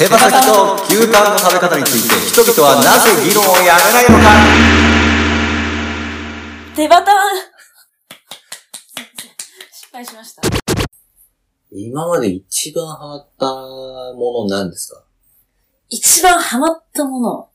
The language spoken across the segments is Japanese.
手羽先と牛タンの食べ方について人々はなぜ議論をやめないのか。 手羽タン失敗しました。 今まで一番ハマったもの何ですか？ 一番ハマったもの。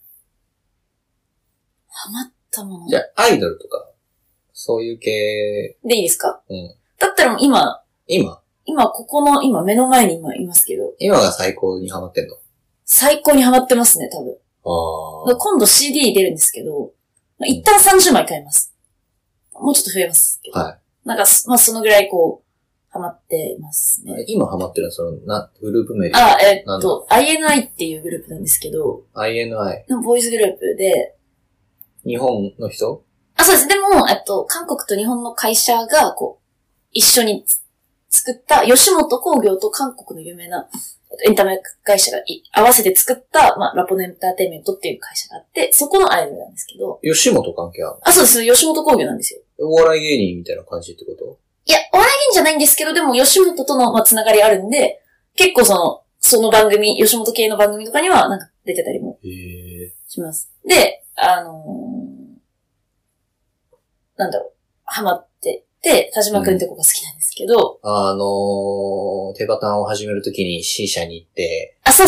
じゃあ、アイドルとか、そういう系。 でいいですか？ うん。 だったらもう今、目の前に今いますけど。 今が最高にハマってんの？ 最高にハマってますね、多分。今度 CD 出るんですけど、一旦30枚買います。もうちょっと増えますけど。 はい。 なんか、そのぐらいハマってますね。 今ハマってるのはグループ名で。 INI っていうグループなんですけど。 INI。 のボーイズグループで。 日本の人？ そうです。でも、韓国と日本の会社が、一緒に作った、吉本興業と韓国の有名なエンタメ会社が合わせて作った、ラポネエンターテインメントっていう会社があって、そこのアイドルなんですけど。 吉本関係ある？ そうです。吉本興業なんですよ。 お笑い芸人みたいな感じってこと？ いや、お笑い芸人じゃないんですけど、でも吉本との、つながりあるんで、結構その番組、吉本系の番組とかには、出てたりもします。で、ハマってて、田島くんって子が好きなんですけど、 手羽タンを始めるときに C 社に行って、 そう。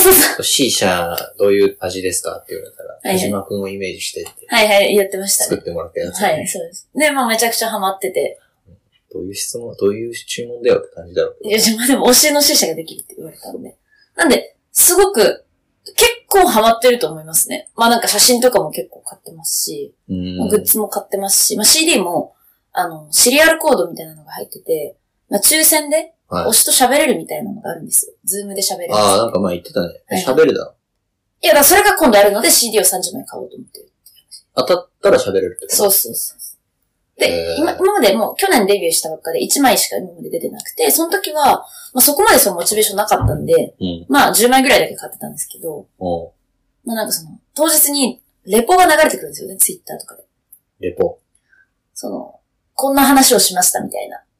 C 社どういう味ですかって言われたら、田島くんをイメージしてって。 はい、やってましたね。 作ってもらったやつ、 はい、そうです。で、めちゃくちゃハマってて。 どういう注文だよって感じだろうけど。 いや、でも教えの C 社ができるって言われたんで。なんで、すごく、結構ハマってると思いますね。写真とかも結構買ってますし、グッズも買ってますし、CD も、シリアルコードみたいなのが入ってて、抽選で、推しと喋れるみたいなのがあるんですよ。ズームで喋れる。 言ってたね。喋るだ。 いや、それが今度あるので CD を30枚買おうと思ってる。 当たったら喋れるってこと？ そう。で、今までもう去年デビューしたばっかで1枚しか今まで出てなくて、その時は、そこまでそのモチベーションなかったんで、10枚ぐらいだけ買ってたんですけど、当日にレポが流れてくるんですよね、ツイッターとかで。 レポ？ こんな話をしましたみたいな。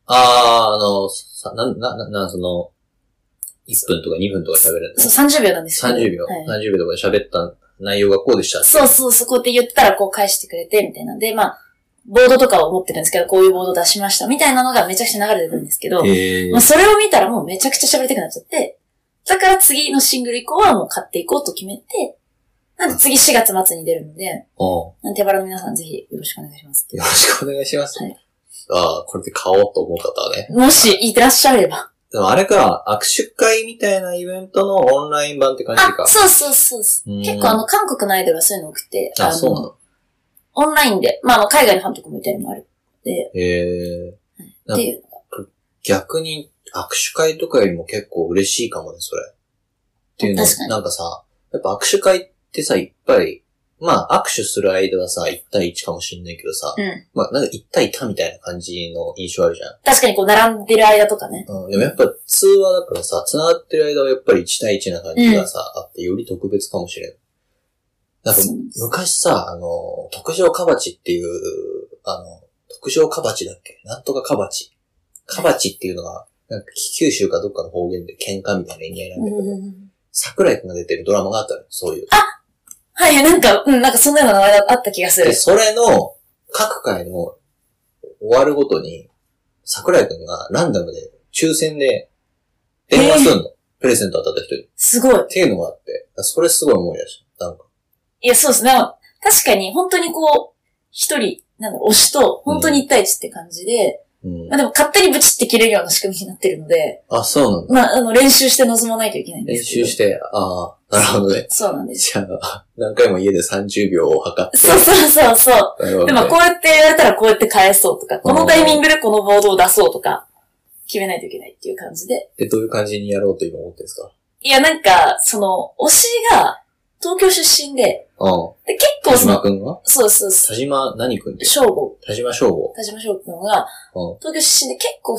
1分とか2分とか喋るんです。 そう、30秒なんですよ。 30秒。はい、30秒とかで喋った内容がこうでした。 そう、そこって言ったら返してくれて、みたいな。で、ボードとかを持ってるんですけど、こういうボード出しました、みたいなのがめちゃくちゃ流れてくるんですけど、それを見たらもうめちゃくちゃ喋りたくなっちゃって、だから次のシングル以降はもう買っていこうと決めて、なんで次4月末に出るので、手羽の皆さんぜひよろしくお願いします。 よろしくお願いします。 はい。 これで買おうと思う方はね。 もしいらっしゃれば。 でもあれか、握手会みたいなイベントのオンライン版って感じか。 そう。結構韓国のアイドルはそういうの多くて。 そうなの？ オンラインで、海外のファンとかもいたりもあるので。っていうのが。 逆に握手会とかよりも結構嬉しいかもね、それ。っていうのは、やっぱ握手会ってさ、いっぱい、握手する間はさ、1対1かもしんないけどさ、1対他みたいな感じの印象あるじゃん。 確かに並んでる間とかね。 でもやっぱ通話だからさ、繋がってる間はやっぱり1対1な感じがさ、あってより特別かもしれん。昔さ、特上カバチっていう、特上カバチだっけ？なんとかカバチ。カバチっていうのが、九州かどっかの方言で喧嘩みたいな意味合いなんだけど、桜井くんが出てるドラマがあったの、そういう。 はい、そんなような名前があった気がする。 で、それの、各回の終わるごとに、桜井くんがランダムで、抽選で、電話するの。プレゼント当たった人に。 すごい。 っていうのがあって、それすごい思い出した。 いや、そうですね。確かに、本当に一人、推しと、本当に1対1って感じで、でも勝手にブチって切れるような仕組みになってるので、 そうなんだ。 練習して臨まないといけないんですけど。 練習して、なるほどね。 そうなんです。 じゃあ、何回も家で30秒を測って。 そう。で、こうやってやられたらこうやって返そうとか、このタイミングでこのボードを出そうとか、決めないといけないっていう感じで。 どういう感じにやろうと今思ってるんですか？ いや、推しが、東京出身で、で結構田島くんが？ そう。 田島何くんって？ 翔吾。 田島翔吾くんが、東京出身で結構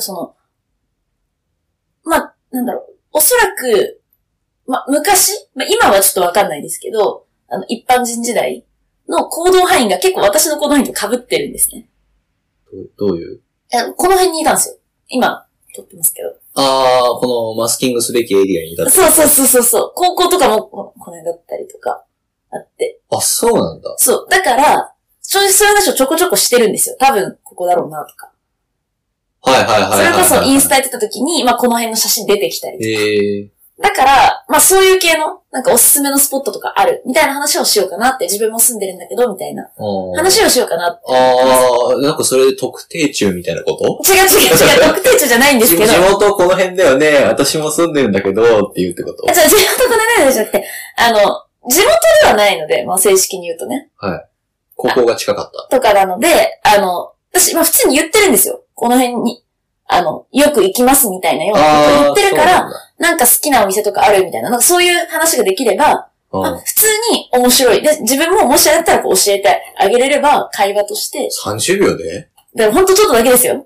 おそらく、昔、今はちょっとわかんないですけど、一般人時代の行動範囲が結構私の行動範囲と被ってるんですね。 どういう？ この辺にいたんですよ。今、撮ってますけど。 このマスキングすべきエリアにいたって。 そう。高校とかもこの辺だったりとかあって。 あ、そうなんだ。 そう。だから、そういう話をちょこちょこしてるんですよ。多分、ここだろうな、とか。 はい。 それこそインスタやってた時に、まあ、この辺の写真出てきたりとか。だから、まあ、そういう系の、なんかおすすめのスポットとかある、みたいな話をしようかなって、自分も住んでるんだけど、みたいな。話をしようかなって。 なんかそれで特定中みたいなこと？ 違う、特定中じゃないんですけど。 地元この辺だよね、私も住んでるんだけど、って言うってこと？ 地元この辺じゃなくて、地元ではないので、まあ、正式に言うとね。 はい。高校が近かった。 とかなので、私、まあ、普通に言ってるんですよ。この辺に。よく行きますみたいなようなこと言ってるから、なんか好きなお店とかあるみたいな、なんかそういう話ができれば、普通に面白い。で、自分ももしあったらこう教えてあげれれば、会話として。 30秒で？ だからほんとちょっとだけですよ。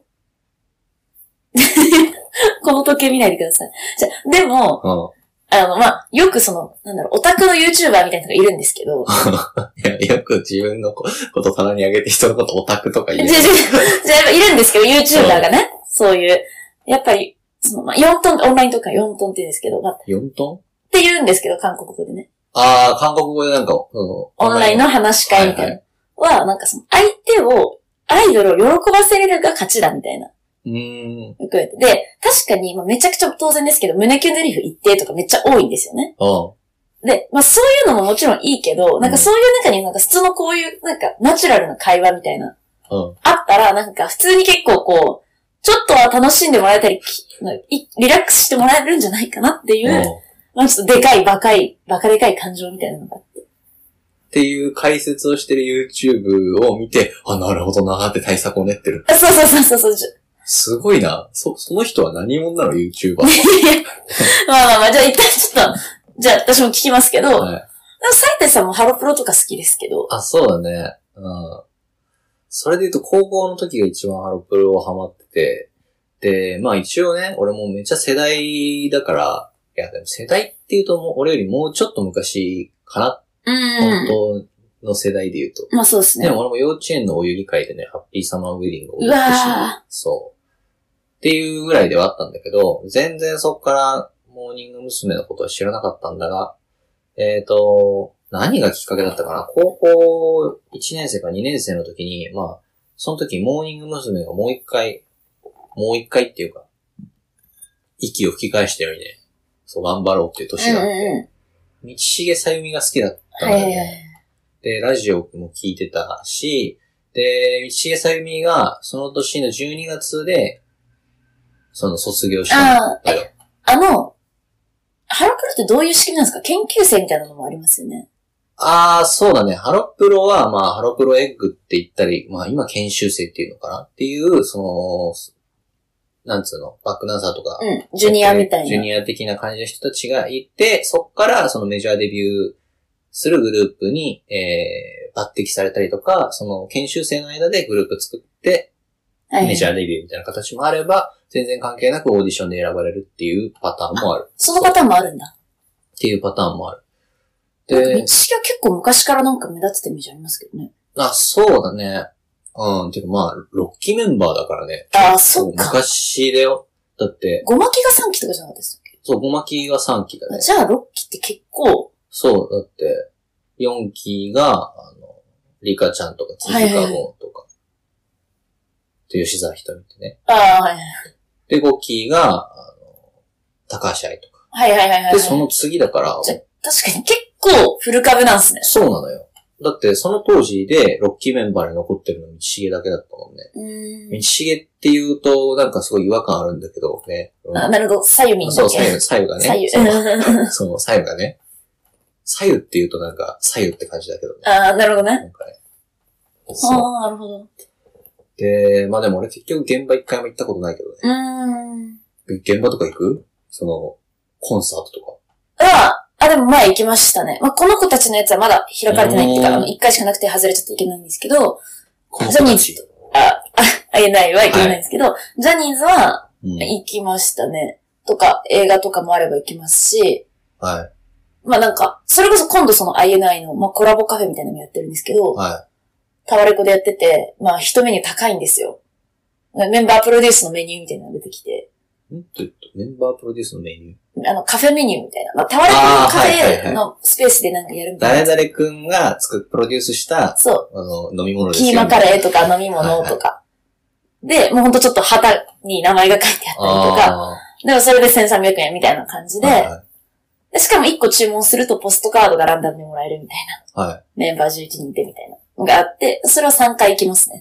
この時計見ないでください。でも、まあ、よくオタクの YouTuber みたいなのがいるんですけど。 いや、よく自分のこと棚に上げて人のことオタクとか言う。 いるんですけど、YouTuber がね。そういう、やっぱり、まあ、4トン、オンラインとか4トンって言うんですけど、まあ、 4トンって言うんですけど、韓国語でね。 韓国語でなんか、 オンラインの話し会みたいな。なんか相手を、アイドルを喜ばせれるが勝ちだみたいな。よく言われて。で、確かに、まあ、めちゃくちゃ当然ですけど、胸キュンドリフ一定とかめっちゃ多いんですよね。で、まあそういうのももちろんいいけど、なんかそういう中になんか普通のこういう、なんかナチュラルな会話みたいな。あったら、なんか普通に結構こう、ちょっとは楽しんでもらえたり、リラックスしてもらえるんじゃないかなっていう、まあちょっとでかい、バカでかい感情みたいなのがあって。 っていう解説をしてる YouTube を見て、なるほどなーって対策を練ってる。 そう。 すごいな。その人は何者なの ?YouTuber。 まあ、じゃあ一旦ちょっと、じゃあ私も聞きますけど、サイテさんもハロプロとか好きですけど。 そうだね。それで言うと高校の時が一番ハロプロをハマってて、で、まあ一応ね、俺もめっちゃ世代だから、いやでも世代って言うと俺よりもうちょっと昔かな。本当の世代で言うと。 まあそうですね。 でも俺も幼稚園のお遊戯会でね、ハッピーサマーウェディングを踊ってし、そう。っていうぐらいではあったんだけど、全然そっからモーニング娘。のことは知らなかったんだが、何がきっかけだったかな？高校1年生か2年生の時に、まあ、その時モーニング娘。がもう一回っていうか、息を吹き返したようにね、そう頑張ろうっていう年があって、道重さゆみが好きだったんだよね。で、ラジオも聞いてたし、で、道重さゆみがその年の12月で、卒業したんだよ。 ハロプロってどういう仕組みなんですか？研究生みたいなのもありますよね。 そうだね。ハロプロは、まあ、ハロプロエッグって言ったり、まあ、今研修生っていうのかなっていう、なんつうの、バックダンサーとか。 ジュニアみたいな。 ジュニア的な感じの人たちがいて、そっからメジャーデビューするグループに、抜擢されたりとか、研修生の間でグループ作って、メジャーデビューみたいな形もあれば、全然関係なくオーディションで選ばれるっていうパターンもある。 そのパターンもあるんだ。 っていうパターンもある。 で、道重は結構昔からなんか目立ってたイメージありますけどね。 そうだね。てかまあ、6期メンバーだからね。 そっか。 昔だよ。だって。 5巻きが3期とかじゃなかったですっけ？ そう、5巻きが3期だね。 じゃあ6期って結構。 そう、だって、4期が、リカちゃんとか、辻かごとか。で、吉沢ひとみってね。で、5期が、高橋愛とか。で、その次だから。 じゃ、確かに結構フル株なんすね。 そうなのよ。だって、その当時で6期メンバーに残ってるの道重だけだったもんね。道重って言うと、なんかすごい違和感あるんだけどね。 なるほど。左右みんな。 そう、左右がね。そう、左右がね。左右って言うとなんか、左右って感じだけどね。 なるほどね。 なんかね。そう。 なるほど。 で、まあでも俺結局現場一回も行ったことないけどね。現場とか行く？コンサートとか。 でも前行きましたね。まあ、この子たちのやつはまだ開かれてないっていうか、1回しかなくて外れちゃっていけないんですけど、ジャニーズ、INI は行けないんですけど、ジャニーズは行きましたね。とか、映画とかもあれば行きますし、 はい。 まあなんか、それこそ今度INI の、まあ、コラボカフェみたいなのもやってるんですけど、タワレコでやってて、まあ一メニュー高いんですよ。メンバープロデュースのメニューみたいなのが出てきて、 メンバープロデュースのメニューカフェメニューみたいな。まあ、タワレコのカフェのスペースでなんかやるみたいな。 誰々くんがプロデュースした、 そう。 飲み物ですよ。 キーマカレーとか飲み物とか。で、もうほんとちょっと旗に名前が書いてあったりとか。でもそれで1300円みたいな感じで。でしかも1個注文するとポストカードがランダムでもらえるみたいな。はい。メンバー11人でみたいなのがあって、それを3回行きますね。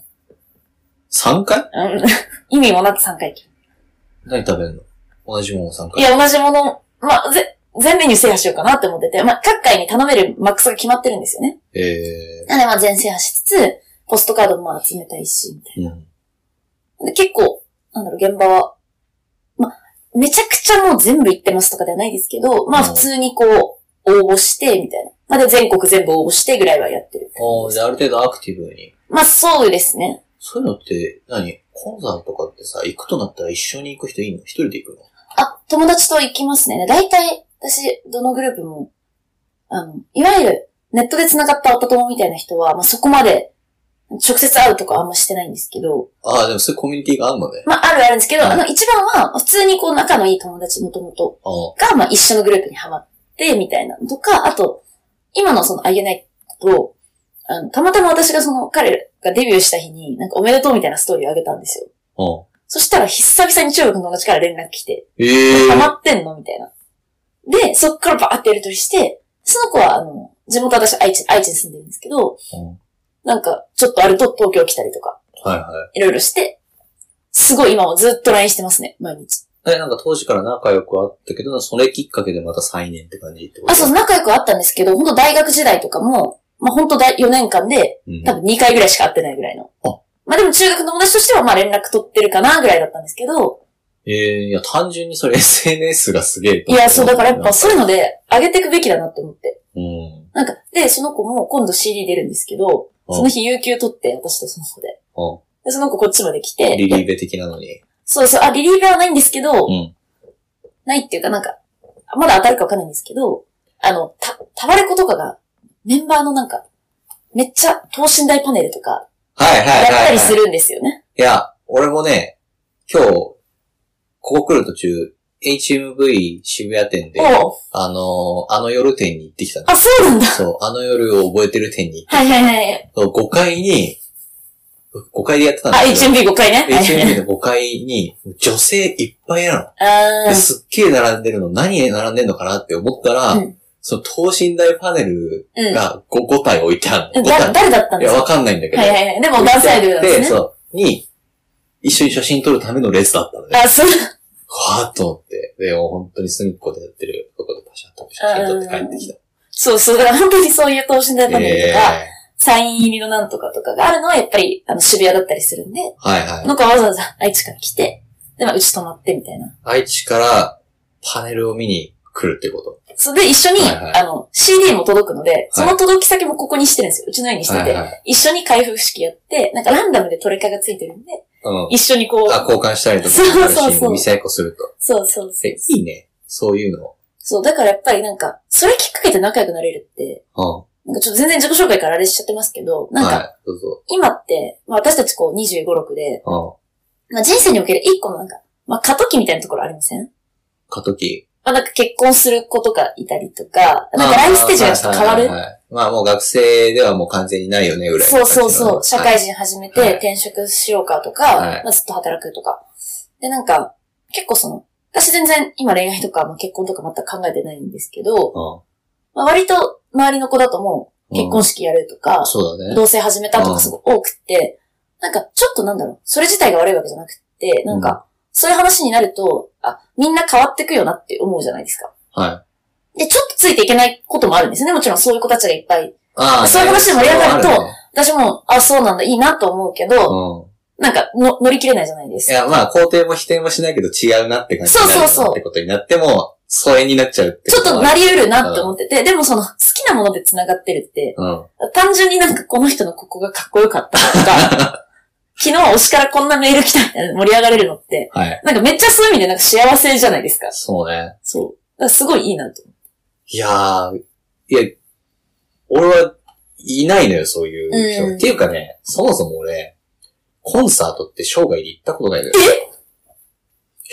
3回？ 意味もなく3回行き。 何食べるの？同じもの3回。 いや、同じもの、まあ、全メニュー制覇しようかなって思ってて、まあ、各回に頼めるマックスが決まってるんですよね。なので、まあ、全制覇しつつ、ポストカードもまあ集めたいし、みたいな。で結構、現場は、まあ、めちゃくちゃもう全部行ってますとかではないですけど、まあ、普通にこう、応募して、みたいな。まあ、で、全国全部応募してぐらいはやってる。 じゃあ、ある程度アクティブに。 まあ、そうですね。 そういうのって、コンサートとかってさ、行くとなったら一緒に行く人いいの？一人で行くの？ 友達と行きますね。大体、私、どのグループも、いわゆる、ネットで繋がった音友みたいな人は、まあ、そこまで、直接会うとかあんましてないんですけど。 でもそういうコミュニティがあるのね。 まあ、あるんですけど、一番は、普通にこう、仲のいい友達もともとが、まあ、一緒のグループにハマって、みたいなのとか、あと、今のその、INIと、たまたま私が彼がデビューした日に、なんかおめでとうみたいなストーリーをあげたんですよ。そしたら、久々に中国の友達から連絡来て、ハマってんのみたいな。で、そっからバーってやりとりして、その子は、地元私愛知に住んでるんですけど、なんか、ちょっとあると東京来たりとか、いろいろして、すごい今もずっと LINE してますね、毎日。 なんか当時から仲良くあったけど、それきっかけでまた再燃って感じってこと？ そう、仲良くあったんですけど、本当大学時代とかも、まあ本当4年間で、多分2回ぐらいしか会ってないぐらいの。まあでも中学の友達としてはまあ連絡取ってるかなぐらいだったんですけど。 いや、単純にそれ SNS がすげえ。 いや、そう、だからやっぱそういうので上げていくべきだなって思って。なんか、で、その子も今度 CD 出るんですけど、その日有給取って、私とその子で。で、その子こっちまで来て。 リリーベ的なのに。 そうそう、リリーベはないんですけど、ないっていうかなんか、まだ当たるかわかんないんですけど、タワレコとかが、メンバーのなんか、めっちゃ等身大パネルとか、やったりするんですよね。 いや、俺もね、今日、ここ来る途中、HMV 渋谷店で、夜店に行ってきたんです。 そうなんだ。 そう、夜を覚えてる店に行ってきた。5階でやってたんですよ。 HMV5 階ね。 HMV の5階に、女性いっぱいなの。すっげえ並んでるの、何で並んでんのかなって思ったら、その等身大パネルが 5体置いてあるの。 誰だったんですか？ いや、わかんないんだけど。 でも男性アイドルなんですね。 そう。一緒に写真撮るための列だったのね。 そう。 はぁと思って。で、もう本当に隅っこでやってるとこでパシャッと写真撮って帰ってきた。 そうそう。だから本当にそういう等身大パネルとか、サイン入りのなんとかとかがあるのはやっぱり渋谷だったりするんで、なんかわざわざ愛知から来て、で、うち泊まってみたいな。 愛知からパネルを見に来るってこと？ それで一緒に、CD も届くので、その届き先もここにしてるんですよ。うちの家にしてて。一緒に開封式やって、なんかランダムでトレカがついてるんで、一緒にこう。 交換したりとか、そう。見せ合いっこすると。 そう。 いいね。そういうの。 そう、だからやっぱりなんか、それきっかけで仲良くなれるって、なんかちょっと全然自己紹介からあれしちゃってますけど、なんか、今って、まあ私たちこう25、6で、まあ人生における一個のなんか、まあ過渡期みたいなところありません？ 過渡期。 まあなんか結婚する子とかいたりとか、なんかライフステージがちょっと変わる。 まあもう学生ではもう完全にないよね、ぐらい。 そう。社会人始めて転職しようかとか、まあずっと働くとか。でなんか、結構私全然今恋愛とか、まあ、結婚とか全く考えてないんですけど、まあ、割と周りの子だともう結婚式やるとか、同棲始めたとかすごい多くって、なんかちょっとなんだろう、それ自体が悪いわけじゃなくって、なんか、そういう話になると、みんな変わってくよなって思うじゃないですか。で、ちょっとついていけないこともあるんですね。もちろんそういう子たちがいっぱい。そういう話で盛り上がると、私も、そうなんだ、いいなと思うけど、なんか乗り切れないじゃないですか。 いや、まあ、肯定も否定もしないけど違うなって感じになるってことになっても、疎遠になっちゃうってちょっとなり得るなって思ってて、でも好きなもので繋がってるって、単純になんかこの人のここがかっこよかったとか、昨日推しからこんなメール来たみたいな盛り上がれるのって、なんかめっちゃそういう意味でなんか幸せじゃないですか。 そうね。 そう。だからすごいいいなと思って。 いや、俺はいないのよ、そういう人。っていうかね、そもそも俺、コンサートって生涯で行ったことないのよ。いや、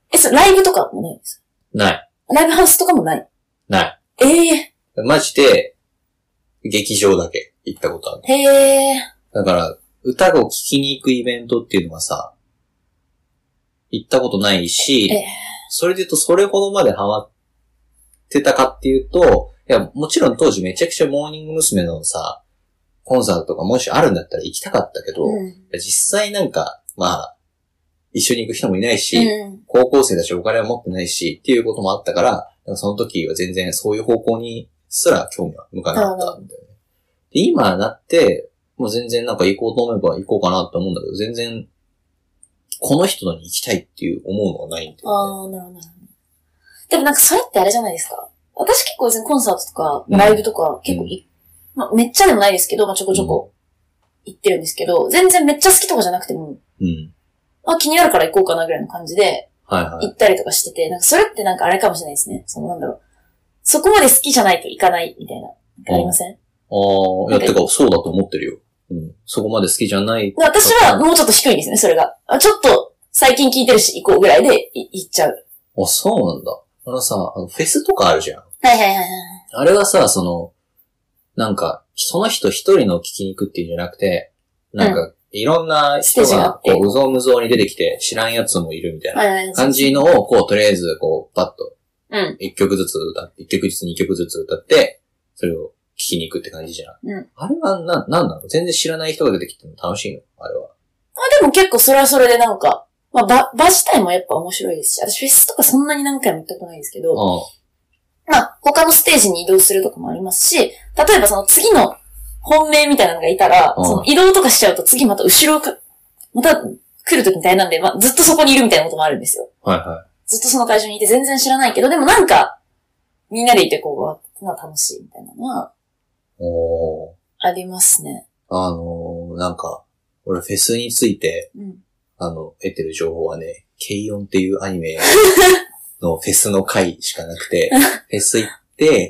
ライブとかもないんですか？ ない。 ライブハウスとかもない？ ない。マジで、劇場だけ行ったことある。 へー。 だから、歌を聴きに行くイベントっていうのはさ、行ったことないし、それで言うとそれほどまでハマってたかっていうと、いや、もちろん当時めちゃくちゃモーニング娘。のさ、コンサートとかもしあるんだったら行きたかったけど、実際なんか、まあ、一緒に行く人もいないし、高校生だしお金は持ってないしっていうこともあったから、その時は全然そういう方向にすら興味は向かなかったんだよね。で今なって、もう全然なんか行こうと思えば行こうかなって思うんだけど、全然、この人のに行きたいっていう思うのがないんだよね。 なるほど。でもなんかそれってあれじゃないですか。私結構別にコンサートとか、ライブとか結構まあ、めっちゃでもないですけど、まあちょこちょこ行ってるんですけど、全然めっちゃ好きとかじゃなくても、気になるから行こうかなぐらいの感じで、行ったりとかしてて、なんかそれってなんかあれかもしれないですね。なんだろう。そこまで好きじゃないと行かないみたいな。ありません？ いや、てかそうだと思ってるよ。そこまで好きじゃない。 私はもうちょっと低いんですね、それが。ちょっと最近聞いてるし行こうぐらいで行っちゃう。 そうなんだ。フェスとかあるじゃん。 はい。 あれはさ、なんか、その人一人の聞きに行くっていうんじゃなくて、なんか、いろんな人が、こう、うぞうむぞうに出てきて、知らんやつもいるみたいな感じのを、こう、とりあえず、こう、パッと、一曲ずつ歌って、一曲ずつ二曲ずつ歌って、それを聞きに行くって感じじゃん。あれは、なんなの？全然知らない人が出てきても楽しいの？あれは。 でも結構それはそれでなんか、まあ、場自体もやっぱ面白いですし、私フェスとかそんなに何回も行ったことないですけど、まあ、他のステージに移動するとかもありますし、例えばその次の本命みたいなのがいたら、その移動とかしちゃうと次また後ろまた来るときみたいなんで、まあ、ずっとそこにいるみたいなこともあるんですよ。ずっとその会場にいて全然知らないけど、でもなんか、みんなでいてこう、楽しいみたいなのは、ありますね。 なんか、俺フェスについて、得てる情報はね、ケイオンっていうアニメのフェスの回しかなくて、フェス行って、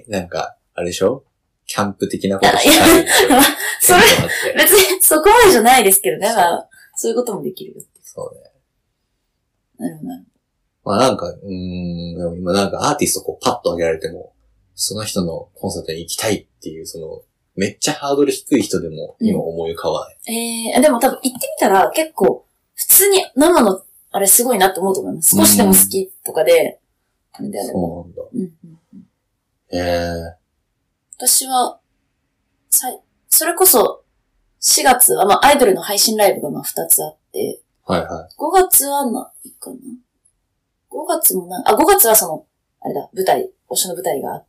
なんか、あれでしょ？キャンプ的なことしないでしょ？ それ、別にそこまでじゃないですけどね。まあ、そういうこともできるよって。 そうね。 なるほど。 まあなんか、でも今なんかアーティストこうパッと上げられても、その人のコンサートに行きたいっていう、めっちゃハードル低い人でも今思い浮かばない。 でも多分行ってみたら結構、普通に生のあれすごいなって思うと思います。少しでも好きとかで。 そうなんだ。 私は、それこそ、4月は、まあ、アイドルの配信ライブがまあ2つあって、5月はないかな ?5 月も5月はあれだ、推しの舞台があって、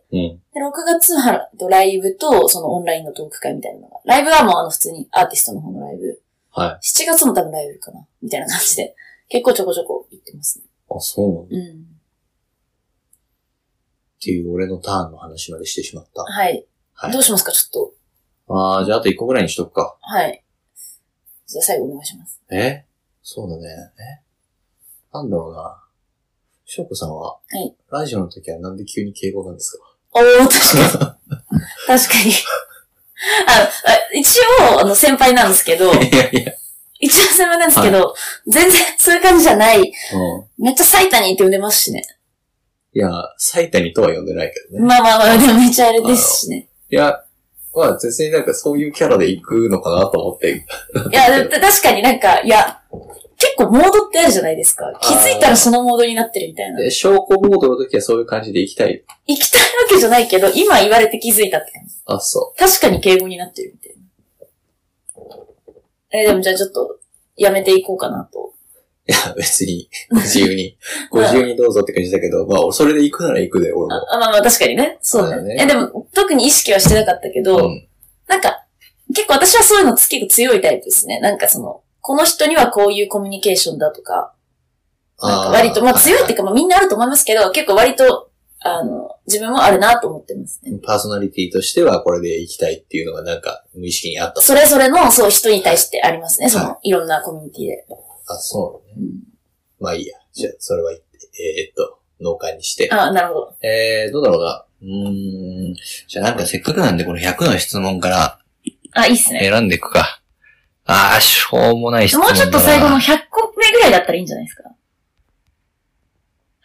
で6月はライブと、オンラインのトーク会みたいなのが、ライブはもう普通にアーティストの方のライブ。7月も多分ライブかなみたいな感じで、結構ちょこちょこ行ってますね。 そうなんだ。っていう俺のターンの話までしてしまった。 はい。どうしますか、ちょっと。じゃああと1個ぐらいにしとくか。 はい。じゃあ最後お願いします。 そうだね。なんだろうな。しょうこさんは、ラジオの時はなんで急に敬語なんですか？ 確かに。確かに。一応、先輩なんですけど、一応先輩なんですけど、全然そういう感じじゃない。めっちゃサイタニーって呼んでますしね。 いや、サイタニーとは呼んでないけどね。 まあ、でもめっちゃあれですしね。 いや、まあ、別になんかそういうキャラで行くのかなと思って。いや、確かになんか、結構モードってあるじゃないですか。気づいたらそのモードになってるみたいな。 証拠モードの時はそういう感じで行きたい。 行きたいわけじゃないけど、今言われて気づいたって感じ。 そう。 確かに敬語になってるみたいな。でもじゃあちょっと、やめていこうかなと。 いや、別に、ご自由にどうぞって感じだけど、まあ、それで行くなら行くで、俺も。 まあ確かにね。そうだね。でも、特に意識はしてなかったけど、なんか、結構私はそういうの結構強いタイプですね。なんかこの人にはこういうコミュニケーションだとか、なんか割と、まあ強いっていうか、まあみんなあると思いますけど、結構割と、自分もあるなと思ってますね。 パーソナリティとしてはこれで行きたいっていうのがなんか無意識にあった。 それぞれの、人に対してありますね。いろんなコミュニティで。 そうね。まあいいや。じゃあ、それは言って、農家にして。 なるほど。 どうだろうな。じゃあなんかせっかくなんでこの100の質問から。 いいっすね。 選んでいくか。しょうもない質問だな。 もうちょっと最後の100個目ぐらいだったらいいんじゃないですか。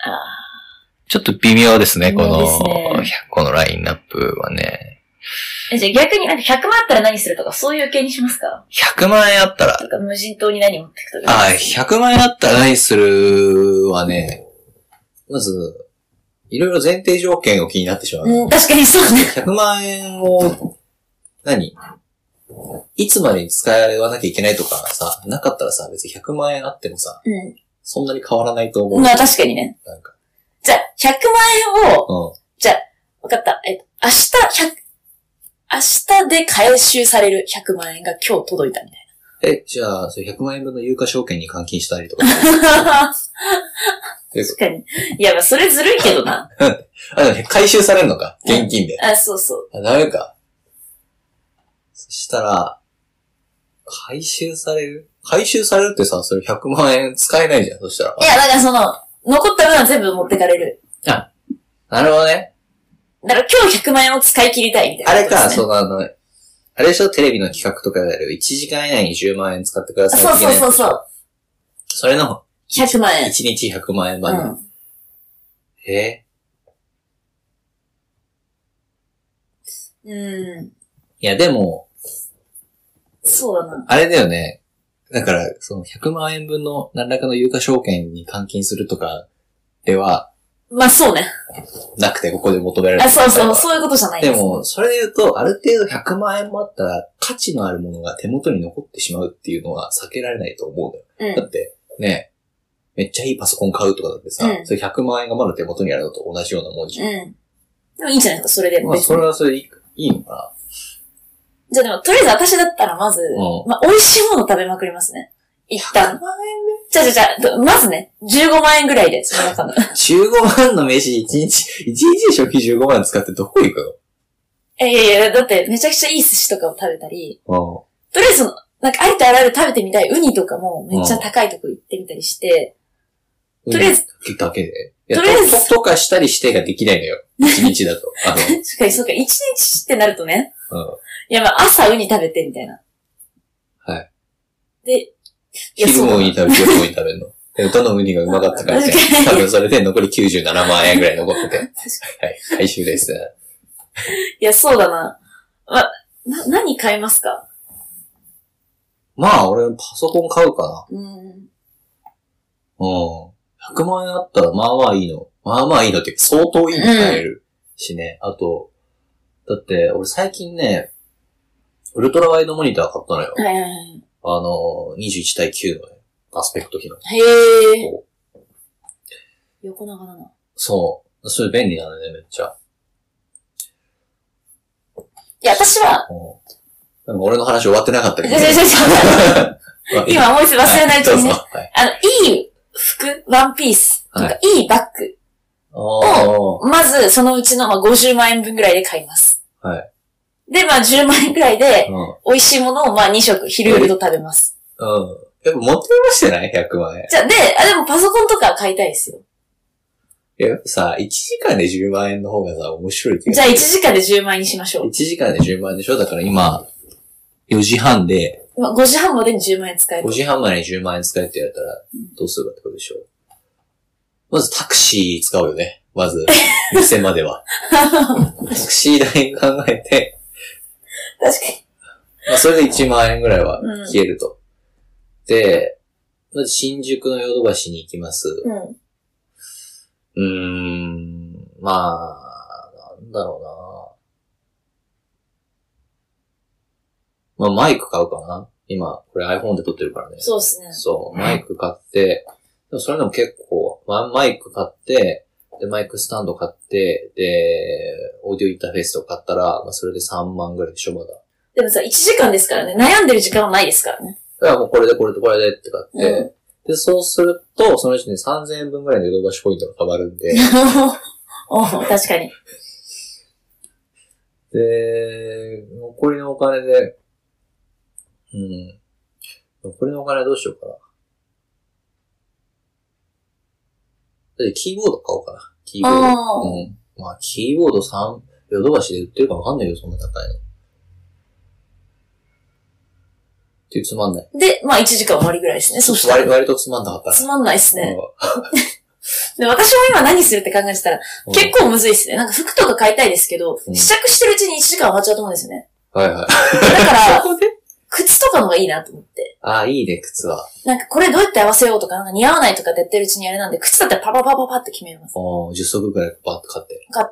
ちょっと微妙ですね、この、 ですね 100個のラインナップはね。 じゃあ逆になんか100万あったら何するとか、そういう系にしますか？ 100万円あったら。 とか無人島に何持ってくとか。 100万円あったら何するはね、まず、いろいろ前提条件を気になってしまう。 確かにそうね。 100万円を、いつまでに使わなきゃいけないとかさ、なかったらさ、別に100万円あってもさ、そんなに変わらないと思う。 まあ確かにね。 なんかじゃあ、100万円を、じゃあ、わかった。明日で回収される100万円が今日届いたみたいな。 じゃあ、それ100万円分の有価証券に換金したりとか。 確かに。いや、まあ、それずるいけどな。 回収されるのか現金で。 そうそう。 ダメか。そしたら、回収されるってさ、それ100万円使えないじゃん、そしたら。 いや、だから残った分は全部持ってかれる。 なるほどね。 だから今日100万円を使い切りたいみたいな、ね。 あれか、あれでしょテレビの企画とかである1時間以内に10万円使ってください。 そう。 それの、 100万円。 1日100万円版。いや、でも、 そうだな。 あれだよね。だから、その100万円分の何らかの有価証券に換金するとかでは、 まあそうね。 なくて、ここで求められる。 そういうことじゃないです。 でも、それで言うと、ある程度100万円もあったら、価値のあるものが手元に残ってしまうっていうのは避けられないと思うんだよ。だって、ね、めっちゃいいパソコン買うとかだってさ、それ100万円がまだ手元にあるのと同じようなもんじゃん。でもいいんじゃないですか、それで。 まあ、それはそれでいいのかな。 じゃあでも、とりあえず私だったらまず、美味しいもの食べまくりますね。一旦。 100万円じゃあ、まずね、15万円ぐらいで、その中の。 15万の飯1日食費15万使ってどこ行くの？いや、だってめちゃくちゃいい寿司とかを食べたり、とりあえずなんかありとあらゆる食べてみたいウニとかもめっちゃ高いとこ行ってみたりして、とりあえず。 だけでとりあえず。とかしたりしてができないのよ。1日だと。 確かにそうか、1日ってなるとね。いや、まあ朝ウニ食べてみたいな。 はい。 で、 昼もウニ食べて、夜もウニ食べるの。どのウニがうまかったからね。多分それで残り97万円ぐらい残ってて。はい。回収です。 いや、そうだな。何買いますか？ まあ、俺パソコン買うかな。100万円あったらまあまあいいの。まあまあいいのって相当いいの買えるしね。あと、だって俺最近ね、ウルトラワイドモニター買ったのよ。21対9のね、アスペクト比の。 横長だな。 そう。それ便利なのね、めっちゃ。 いや、私は、 でも俺の話終わってなかったけど。 今思いつ忘れないうちにね。いい服、ワンピースとか、いいバッグを、まずそのうちの50万円分ぐらいで買います。 はい。 で、10万円ぐらいで、美味しいものを2食、昼夜と食べます。 やっぱ持ってましてない ?100 万円。 でもパソコンとか買いたいですよ。 やっぱさ、1時間で10万円の方がさ、面白い気がする。じゃあ1時間で10万円にしましょう。 1時間で10万円でしょ？だから今、4時半で、 5時半までに10万円使える。 5時半までに10万円使えってやったら、どうするかってことでしょう。まずタクシー使うよね。まず、店までは。タクシー代考えて。 確かに。 それで1万円ぐらいは消えると。で、まず新宿のヨドバシに行きます。まあ、なんだろうな。マイク買うかな。今、これ iPhone で撮ってるからね。 そうですね。 そう、マイク買って、でもそれでも結構、マイク買って、で、マイクスタンド買って、で、オーディオインターフェースとか買ったら、それで3万ぐらいでしょ、まだ。 でもさ、1時間ですからね。悩んでる時間はないですからね。 だからもうこれでこれでこれでって買って、で、そうすると、そのうちに3000円分ぐらいのヨドバシポイントが変わるんで。 確かに。 で、残りのお金で、残りのお金どうしようかな。で、キーボード買おうかな。キーボード。キーボード3、ヨドバシで売ってるかわかんないよ、そんな高いの。っていうつまんない。 で、1時間終わりぐらいですね。そしたら。 割とつまんなかった。 つまんないですね。 で、私も今何するって考えてたら、結構むずいっすね。なんか服とか買いたいですけど、試着してるうちに1時間終わっちゃうと思うんですよね。 はいはい。 だから、靴とかの方がいいなと思って。 ああ、いいね、靴は。 なんかこれどうやって合わせようとか、なんか似合わないとかってやってるうちにあれなんで、靴だったらパパパパパって決めます。 10足くらいパッと買って。 買って、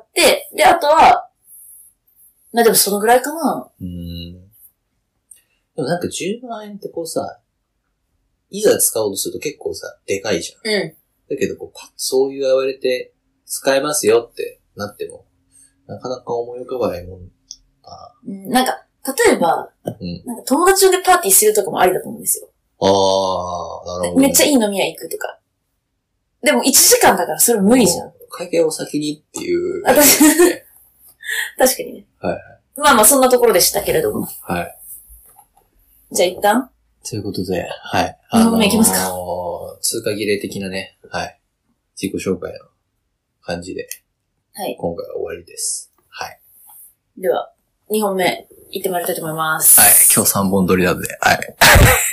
で、あとは、まあでもそのぐらいかな。 でもなんか10万円ってこうさ、いざ使おうとすると結構さ、でかいじゃん。だけどこうパッとそう言われて、使えますよってなっても、なかなか思い浮かばないもんだな。なんか、例えば、なんか友達呼んでパーティーするとかもありだと思うんですよ。 ああ、なるほど、 めっちゃいい飲み屋行くとか。でも1時間だからそれ無理じゃん。 会計を先にっていう。 確かにね。 はいはい。 まあまあそんなところでしたけれども。 はい。 じゃあ一旦ということで、はい。 2本目いきますか。 通過儀礼的なね、はい。自己紹介の感じで、 はい。 今回は終わりです。はい。 では、2本目、行ってまいりたいと思います。 はい。今日3本撮りなので、はい。